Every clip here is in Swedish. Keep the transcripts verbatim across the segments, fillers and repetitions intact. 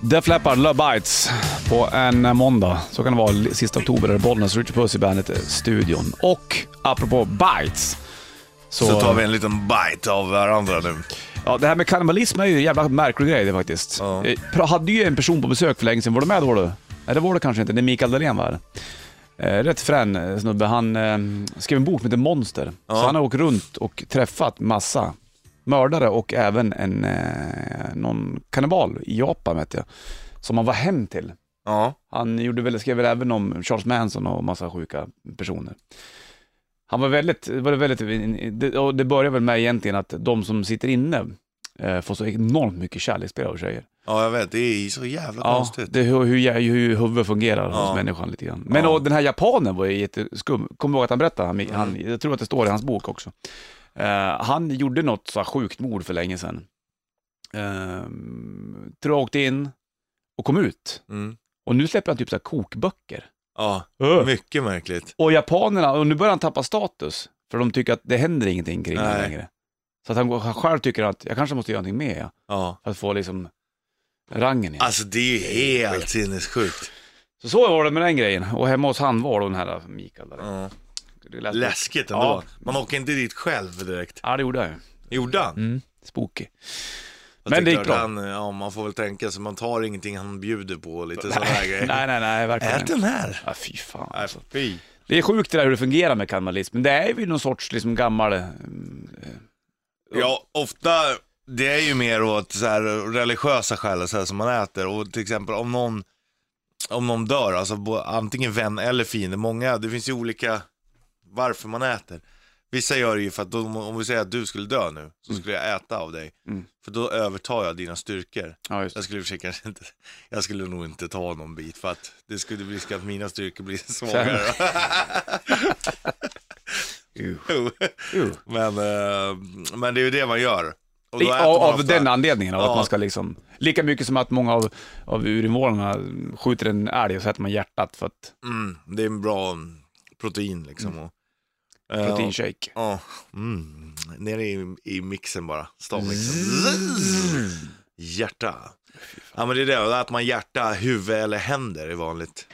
Def Leppard, Love Bites på en måndag. Så kan det vara, sista oktober är det Bollnäs, Richard Puss i Bandet-studion. Och apropå bites så... så tar vi en liten bite av varandra nu. Ja, det här med kannibalism är ju en jävla märklig grej det faktiskt. Ja. Jag hade ju en person på besök för länge sedan, var du med då du? Nej, det var det kanske inte, det är Mikael Dahlén var eh, rätt frän snubbe, han eh, skrev en bok som heter Monster. Ja. Så han har åkt runt och träffat massa mördare och även en eh, någon kannibal i Japan vet jag, som han var hem till. Ja. Han gjorde väl, skrev väl även om Charles Manson och massa sjuka personer. Han var väldigt, var det väldigt det, och det börjar väl med egentligen att de som sitter inne eh, får så enormt mycket kärleksspel av tjejer. Ja, jag vet, det är så jävla ja, konstigt. Det är hur, hur, hur huvudet fungerar ja. hos människan lite grann. Men ja. och, den här japanen var ju jätteskum. Kommer ihåg att han berättade, han, mm. han, jag tror att det står i hans bok också. Uh, han gjorde något så sjukt mord för länge sedan. Uh, tror jag åkte in och kom ut. Mm. Och nu släpper han typ så här kokböcker. Ja, uh. mycket märkligt. Och japanerna, och nu börjar han tappa status. För de tycker att det händer ingenting kring det längre. Så att han, han själv tycker att jag kanske måste göra någonting med. Ja. För att få liksom rangen igen. Alltså det är ju helt sinnessjukt. Så så var det med den grejen. Och hemma hos han var då den här Mikael där. Ja. Läskigt ändå. Ja. Man åker inte dit själv direkt. Ja, det gjorde jag ju. Gjorde han? Mm, spooky. Jag men det gick bra. Han, ja, man får väl tänka så man tar ingenting han bjuder på. Lite sådana här grejer. Nej, nej, nej. Verkligen. Ät den här. Ja, fy fan. Alltså. Fy. Det är sjukt det där hur det fungerar med kannibalism. Men det är ju någon sorts liksom gammal... Uh, ja, ofta... Det är ju mer åt så här religiösa skäl så här, som man äter. Och till exempel om någon, om någon dör, alltså antingen vän eller fiende. Många, det finns ju olika... varför man äter. Vissa gör det ju för att då, om vi säger att du skulle dö nu så skulle jag äta av dig. Mm. För då övertar jag dina styrkor. Ja, just det. Jag skulle försöka inte, jag skulle nog inte ta någon bit för att det skulle bli att mina styrkor blir svagare. uh. Uh. men, uh, men det är ju det man gör. Och då av av ofta... den anledningen av ja. att man ska liksom, lika mycket som att många av, av urinvånarna skjuter en älg och sätter man hjärtat för att mm, det är en bra protein liksom. Mm. Och, proteinshake. Ja, uh, mm, nere i, i mixen bara. Stavmixen. Mm. Hjärta. Ja, men det är det. Att man hjärta, huvud eller händer är vanligt.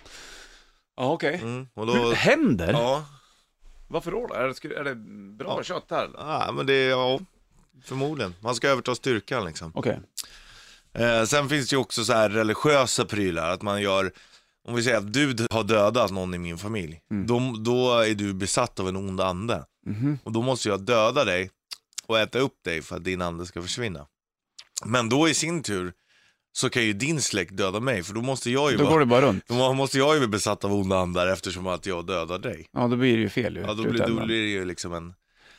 Ja, okej. Okay. Mm, och då... Händer? Ja. Varför då? Är det, är det bra ja. kött här? Eller? Ja, men det är, ja, förmodligen. Man ska överta styrkan liksom. Okej. Okay. Eh, sen finns det ju också så här religiösa prylar. Att man gör... Om vi säger att du har dödat någon i min familj, mm. då, då är du besatt av en ond ande. Mm-hmm. Och då måste jag döda dig och äta upp dig för att din ande ska försvinna. Men då i sin tur så kan ju din släkt döda mig, för då måste jag ju då vara, går det bara runt. Då måste jag ju bli besatt av onda andar eftersom att jag dödar dig. Ja, då blir det ju fel. Ju, ja, då blir, då blir det ju liksom en...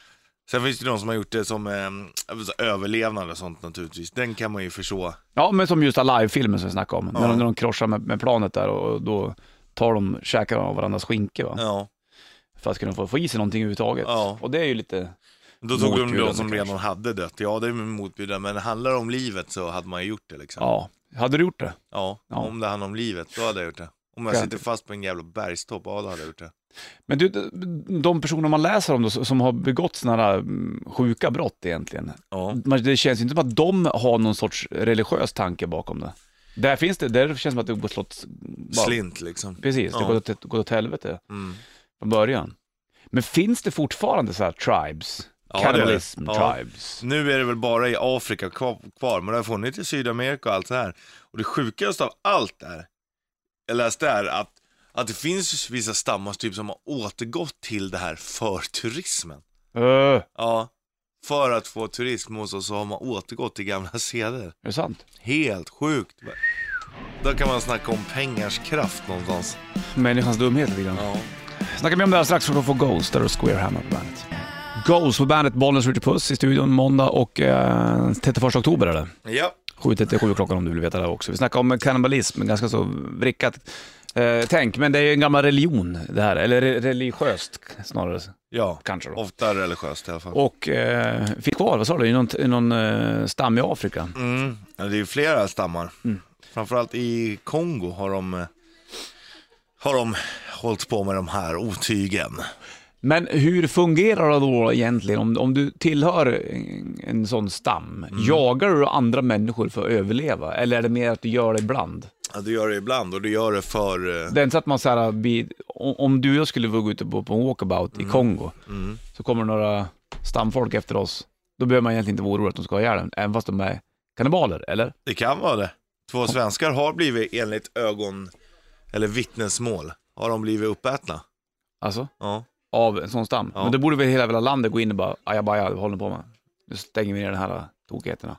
Sen finns det någon som har gjort det som eh, överlevnad och sånt naturligtvis. Den kan man ju förstå. Ja, men som just live-filmen som vi snackade om. Ja. När, de, när de krossar med, med planet där och då tar de käkar av varandras skinke va? Ja. För att kunna få, få i sig någonting överhuvudtaget. Ja. Och det är ju lite... Då tog de de som redan hade dött. Ja, det är motbjudande. Men handlar det om livet så hade man ju gjort det liksom. Ja, hade du gjort det? Ja, ja. Om det handlar om livet, då hade jag gjort det. Om jag sitter fast på en jävla bergstopp, ja, då hade jag gjort det. Men du, de personer man läser om då, som har begått sådana här sjuka brott egentligen. Ja. Det känns inte som att de har någon sorts religiös tanke bakom det. Där finns det, där känns det som att det går slått... Bara, slint liksom. Precis, det ja. går åt, går åt helvete mm. från början. Men finns det fortfarande så här tribes? Ja, Cannibalism det det. tribes. Ja. Nu är det väl bara i Afrika kvar, kvar, men det har funnits i Sydamerika och allt så här. Och det sjukaste av allt är, jag läste där att, att det finns vissa stammar typ som har återgått till det här för turismen. Uh. Ja, för att få turism och så, så har man återgått till gamla seder. Är det sant? Helt sjukt. Då kan man snacka om pengars kraft någonstans. Människans dumhet lite grann. Ja. Snackar vi om det här strax för att få Ghost där och Square Hammer på bandet. Ghost på bandet, Bollnäs Richard Puss i studion måndag och eh, trettioförsta oktober är det. Ja. sju trettiosju klockan om du vill veta det också. Vi snackar om kannibalism, ganska så vrickat eh, tänk, men det är ju en gammal religion det här, eller re- religiöst snarare. Ja, kanske då. Ofta religiöst i alla fall. Och eh, finns kvar, vad sa du, i någon, i någon eh, stam i Afrika? Mm. Ja, det är ju flera stammar. Mm. Framförallt i Kongo har de, har de hållit på med de här otygen. Men hur fungerar det då egentligen om, om du tillhör en, en sån stam? Mm. Jagar du andra människor för att överleva? Eller är det mer att du gör det ibland? Ja, du gör det ibland och du gör det för... Uh... Det är inte så att man så här, om du och jag skulle gå ute på, på en walkabout mm. i Kongo mm. så kommer några stamfolk efter oss. Då behöver man egentligen inte vara orolig att de ska ha ihjäl den, även fast de är kannibaler, eller? Det kan vara det. Två svenskar har blivit enligt ögon eller vittnesmål har de blivit uppätna. Alltså? Ja. Av en sån stam. Ja. Men då borde väl hela, hela landet gå in och bara ajabaja, håller på med. Nu stänger vi ner den här tokigheterna.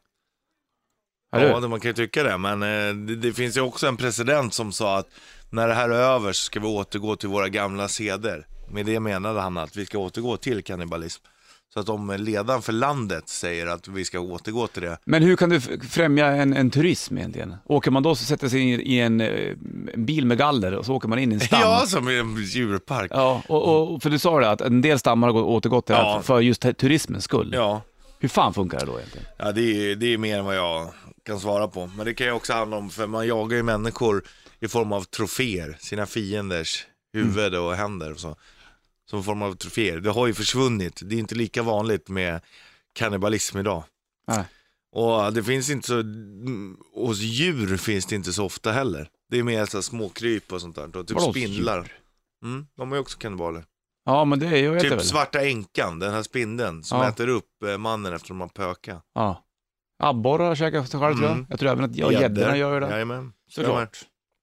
Ja, det, man kan ju tycka det. Men eh, det, det finns ju också en president som sa att när det här är över så ska vi återgå till våra gamla seder. Med det menade han att vi ska återgå till kannibalism. Så att om ledaren för landet säger att vi ska återgå till det. Men hur kan du främja en, en turism egentligen? Åker man då så sätter sig in i en, en bil med galler och så åker man in i en stam? Ja, som i en djurpark. Ja, och, och för du sa det att en del stammar har återgått till ja. för just turismens skull. Ja. Hur fan funkar det då egentligen? Ja, det är, det är mer än vad jag kan svara på. Men det kan ju också handla om, för man jagar ju människor i form av troféer. Sina fienders huvud och händer och så. Som form av troféer. Det har ju försvunnit. Det är inte lika vanligt med kannibalism idag. Nej. Och det finns inte så... Hos djur finns det inte så ofta heller. Det är mer så här små kryp och sånt där. Och typ Vadå spindlar. Mm, de är ju också kannibaler. Ja, men det är ju... Typ väl. svarta änkan, den här spindeln som ja. äter upp mannen efter att de har pöka. Ja. Abborrar käkar sig själv, tror jag. Jag tror även att ja, gäddorna gör det. Jajamän. Såklart.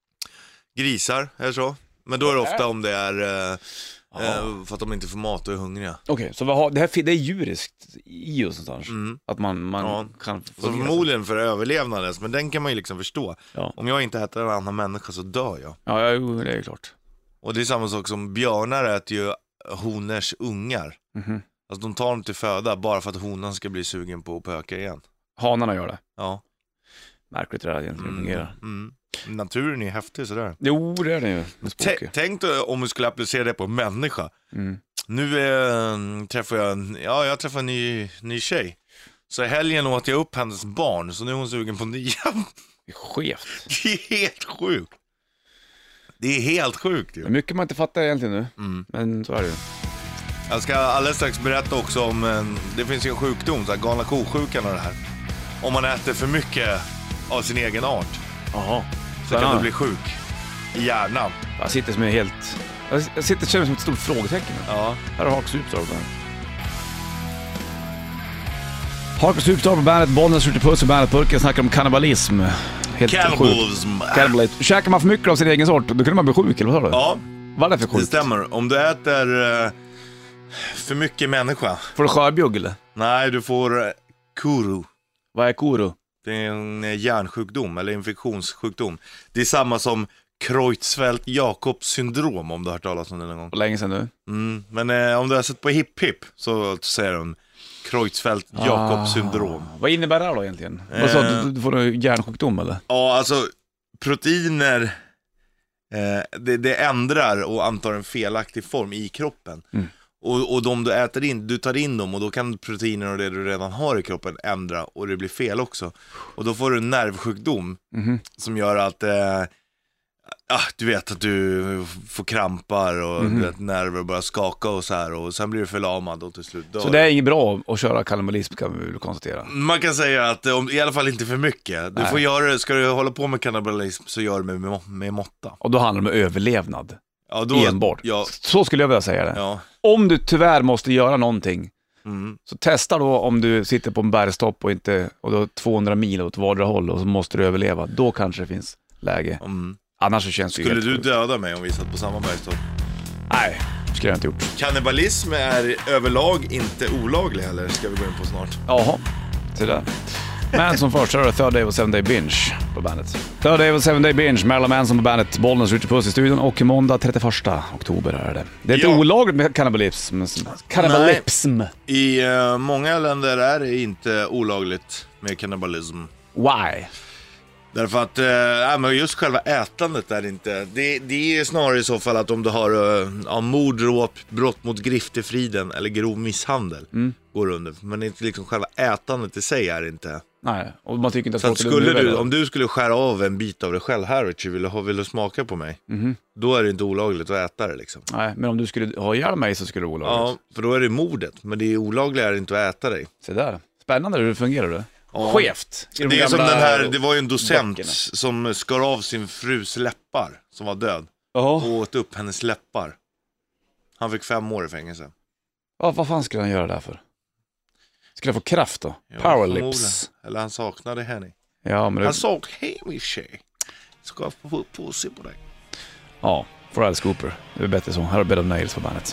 Grisar, är det så? Men då är det ofta om det är... Eh, Ja. För att de inte får mat och är hungriga. Okej, okay, så vad har, det, här, det är djuriskt i oss någonstans. Mm. Att man, man ja. kan... Så förmodligen för överlevnaden, men den kan man ju liksom förstå. Ja. Om jag inte äter en annan människa så dör jag. Ja, ja, det är klart. Och det är samma sak som björnar äter ju honers ungar. Mm-hmm. Alltså de tar dem till föda bara för att honan ska bli sugen på att pöka igen. Hanarna gör det? Ja. Märkligt det där egentligen mm. fungerar. Mm. Naturen är häftig sådär. Jo, det är det ju. T- Tänk dig om du skulle applicera det på en människa. Mm. Nu äh, träffar jag en, ja, jag träffar en ny, ny tjej. Så i helgen åt jag upp hennes barn. Så nu är hon sugen på nya. Det är skevt. Det är helt sjukt. Det är helt sjukt ju. Det är mycket man inte fattar egentligen nu. Mm. Men så är det ju. Jag ska alldeles strax berätta också om en, det finns ju en sjukdom, så här, galna kosjukan och det här. Om man äter för mycket av sin egen art. Jaha. Så kan du bli sjuk i hjärnan. Jag sitter som är helt... Jag sitter och känner som ett stort frågetecken. Ja. Här har Harkus Superstar på bandet. Harkus Superstar på bandet, Bollnäs skjuter puss och bandet Burken snackar om kannibalism. Helt Cannibalism. Cannibalism. Käkar man för mycket av sin egen sort, då kunde man bli sjuk, eller vad sa du? Ja. Vad är det för sjukt? Det stämmer. Om du äter uh, för mycket människa. Får du skörbjugg eller? Nej, du får uh, kuru. Vad är kuru? Det är en uh, hjärnsjukdom eller infektionssjukdom. Det är samma som Creutzfeldt-Jakobs syndrom, om du har hört talas om det någon gång. För länge sedan nu. Mm, men uh, om du har sett på Hipp Hipp så säger de Creutzfeldt-Jakobs syndrom. Ah, vad innebär det då egentligen? Uh, vad sa du, du får en hjärnsjukdom eller? Ja, alltså proteiner eh, det, det ändrar och antar en felaktig form i kroppen. Mm. Och, och de du äter in, du tar in dem och då kan proteiner och det du redan har i kroppen ändra och det blir fel också. Och då får du en nervsjukdom mm-hmm. som gör att eh, ah, du vet att du får krampar och mm-hmm. du vet, nerver börjar skaka och så här, och sen blir du förlamad och till slut dör. Så det är inget bra att köra kannibalism, kan vi väl konstatera. Man kan säga att om, i alla fall inte för mycket. Du Nej. får göra det, ska du hålla på med kannibalism så gör det med, med, med måtta. Och då handlar det om överlevnad. Ja, då, enbart. Ja. Så skulle jag vilja säga det. Ja. Om du tyvärr måste göra någonting, mm. så testa då om du sitter på en bergstopp och inte, och då tvåhundra mil åt vardera håll och så måste du överleva. Då kanske det finns läge. Mm. Annars så känns det Skulle ju du döda mig om vi satt på samma bergstopp? Nej, det skulle jag inte gjort. Kannibalism är överlag inte olaglig heller, ska vi gå in på snart. Jaha, så där. Men som först så är det Third Day of Seven Day Binge på bandet. Third Day of Seven Day Binge, Marilyn Manson på bandet, Bollnäs Richard Puss i studion, och måndag trettioförsta oktober är det. Det är inte Ja. olagligt med kannibalism. Kannibalism. I uh, många länder är det inte olagligt med kannibalism. Why? Därför att äh, men just själva ätandet är inte. Det, det är snarare i så fall att om du har äh, mord, dråp, brott mot griftefriden eller grov misshandel mm. går under. Men inte liksom själva ätandet i sig är inte Nej, och man tycker inte att Så folk att är skulle dumma i du, huvudet. om du skulle skära av en bit av dig själv här, Richie, vill du, ha- vill du smaka på mig? Mhm. Då är det inte olagligt att äta det liksom. Nej, men om du skulle ha ihjäl mig så skulle det vara olagligt. Ja, för då är det mordet. Men det är olagligt är det inte att äta dig. Se där. Spännande hur det fungerar det. Ja. Skevt. I de Det är som gamla den här, det var ju en docent böckerna. som skar av sin frus läppar, som var död. Ja. Och åt upp hennes läppar. Han fick fem år i fängelse. Ja, vad fan skulle han göra där för? Skulle han få kraft då? Ja, Power förmodligen. lips. Eller han saknade henne. Ja, men det... Han sa, hej min tjej. Ska jag få pussy på dig? Ja, för Alice Cooper. Det är bättre så. Här har Bed of Nails på bandet.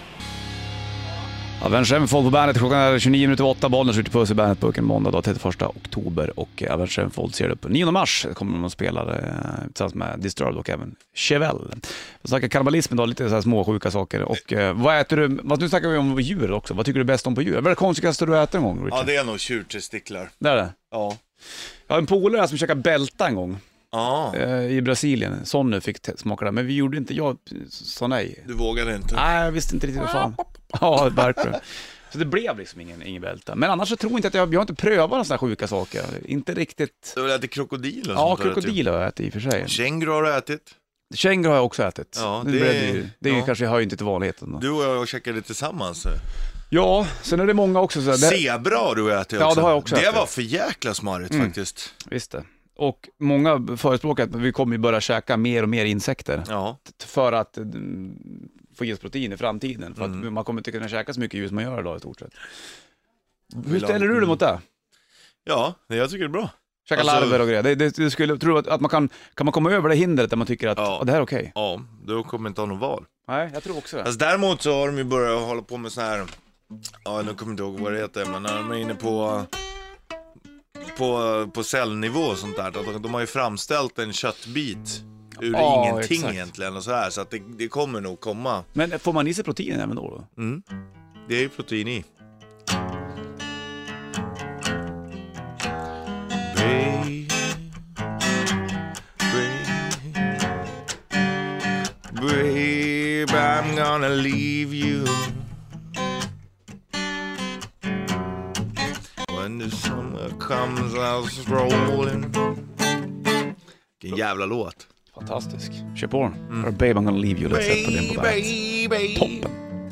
Avenged Sevenfold på bandet. Klockan är tjugonio minuter åtta. Bollen skjuter puss i bandet-burken måndag då, trettioförsta oktober. Och Avenged Sevenfold ser det upp nionde mars. Kommer de att spela eh, tillsammans med Disturbed och även Chevelle. Vi snackar kannibalism idag, lite så här små sjuka saker. Och eh, vad äter du? Vad, nu snackar vi om djur också. Vad tycker du är bäst om på djur? Vad är det konstigaste du äter en gång, Richard? Ja, det är nog tjurtestiklar. Det är det. Ja. Jag har en polare som käkade bälta en gång Ja, eh, i Brasilien. Sonny fick te- smaka det, men vi gjorde inte, jag sa nej. du vågade inte. Nej, jag visste inte riktigt vad fan. Ja, verkligen. Så det blev liksom ingen, ingen bälta. Men annars så tror jag inte att jag, jag har inte prövat några sådana sjuka saker. Inte riktigt. Du har ätit krokodil och Ja, sånt där, krokodil har jag ätit i och för sig. typ. Känguru har du ätit. Känguru har jag också ätit. Ja, det, det- blev det, ju, det är ju ja. kanske, hör ju inte till vanligheten då. Du och jag käkade tillsammans. Ja, sen är det många också så här, det, Zebra har du ätit Ja, också. det har jag också Det ätit. var för jäkla smarrigt Mm. faktiskt. visst det. Och många förespråkar att vi kommer ju börja käka mer och mer insekter. Ja. För att mm, få i oss protein i framtiden. För att Mm. man kommer inte kunna käka så mycket djur som man gör idag i stort sett. Hur Vill ha- ställer du dig mot det? Ja, jag tycker det är bra. Käka Alltså- larver och grejer. Det, det, det skulle, tror du att, att man kan, kan man komma över det hindret där man tycker att Ja. "Ah, det här är okej? Ja, då kommer inte ha någon val. Nej, jag tror också det. Alltså, däremot så har de ju börjat hålla på med så här. Ja, nu kommer jag inte ihåg vad det heter, men när de är inne på på, på cellnivå och sånt där, att de, de har ju framställt en köttbit ur Ja, ingenting exakt. egentligen och så här, så att det, det kommer nog komma. Men får man i sig protein även då? då? Mm. Det är ju protein i. Babe, babe, babe, I'm gonna leave you when the summer comes out strolling. Vilken jävla låt. Fantastisk. Kör på den. Mm. Babe, I'm gonna leave you. Led Zeppelin på bandet. Baby. Toppen.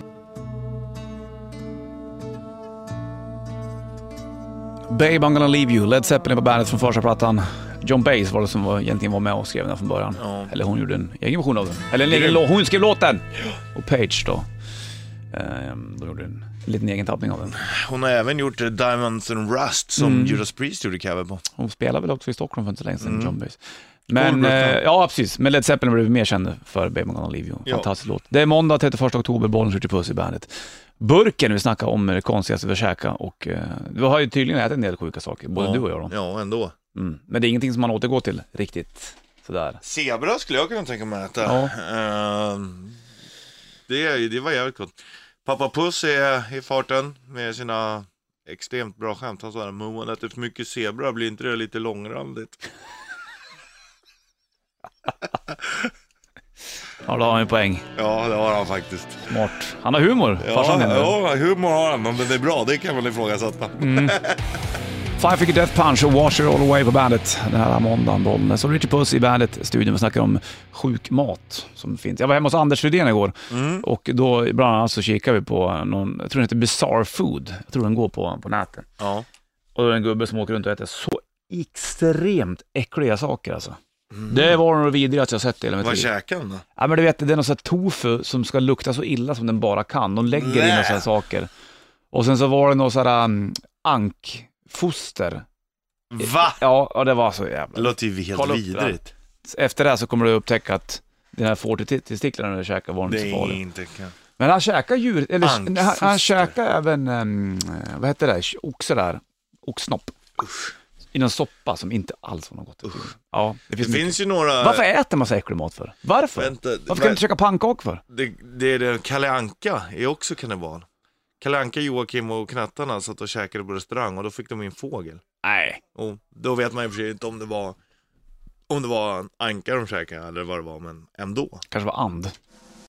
Babe, I'm gonna leave you. Led Zeppelin på bandet från första plattan. John Baez var det som var, egentligen var med och skrev den från början. Ja. Eller hon gjorde en egen version av den. Eller en egen låt. Hon skrev låten! Och Page då. Ehm, de gjorde en liten egen tappning av den. Hon har även gjort eh, Diamonds and Rust som Mm. Judas Priest gjorde cover på. Hon spelar väl också i Stockholm för inte så länge sedan, Mm. John Baez. Men, Cool, eh, bra. ja precis. Men Led Zeppelin blev mer känd för Babe, I'm gonna leave you. Ja. Fantastisk låt. Det är måndag trettioförsta oktober, bollen skjuter puss i bandet. Burken vi snackar om är det konstigaste vi käka och eh, du har ju tydligen ätit en del sjuka saker, både Ja. du och jag då. Ja, ändå. Mm. Men det är ingenting som man återgår till riktigt sådär. Zebra skulle jag kunna tänka mig att äta. Ja. Ehm, det, är- det var jävligt gott. Pappa Puss är i farten med sina extremt bra skämt. Han sa att om man äter för mycket zebra blir inte det lite långrandigt. Ja, då har han en poäng. Ja, det har han faktiskt. Smart. Han har humor, farsan Ja, din. ja, humor har han, men det är bra. Det kan man ifrågasätta. Five Finger Death Punch och Wash It All Away på bandet den här måndagen. Bollen. Så Richie Puss i bandet-studion. Vi snackar om sjuk mat som finns. Jag var hemma hos Anders Rydén igår Mm. och då bland annat så kikade vi på någon, jag tror den heter Bizarre Food. Jag tror den går på, på nätet. Ja. Och då är det en gubbe som åker runt och äter så extremt äckliga saker alltså. Det var nog det vidrigaste jag sett i hela mitt Vad liv. käkar han då? Ja, men du vet, det är någon sån här tofu som ska lukta så illa som den bara kan. De lägger in Nä. några såna här saker. Och sen så var det någon sån här um, ankfoster. Va? Ja, och det var så Det jävla... låter ju helt Kolla upp vidrigt. Efter det här så kommer du upptäcka att den här fårtestiklarna du käkar var inte Det så är farlig. inte kan. Men han käkar djur, eller Ankfoster. han, han käkar även, um, vad heter det, oxe där, oxsnopp. I någon soppa som inte alls var något gott. Ja, det Det finns, mycket. finns ju några... Varför äter man så äcklig mat för? Varför? Vänta, Varför kan du inte käka pannkakor för? Det, det är det, Kalle Anka är också kannibal. Kalle Anka, Joakim och knattarna satt och käkade på restaurang och då fick de in fågel. Nej. Och då vet man ju för sig inte om det var om det var en anka de käkade eller vad det var, men ändå. Kanske var and.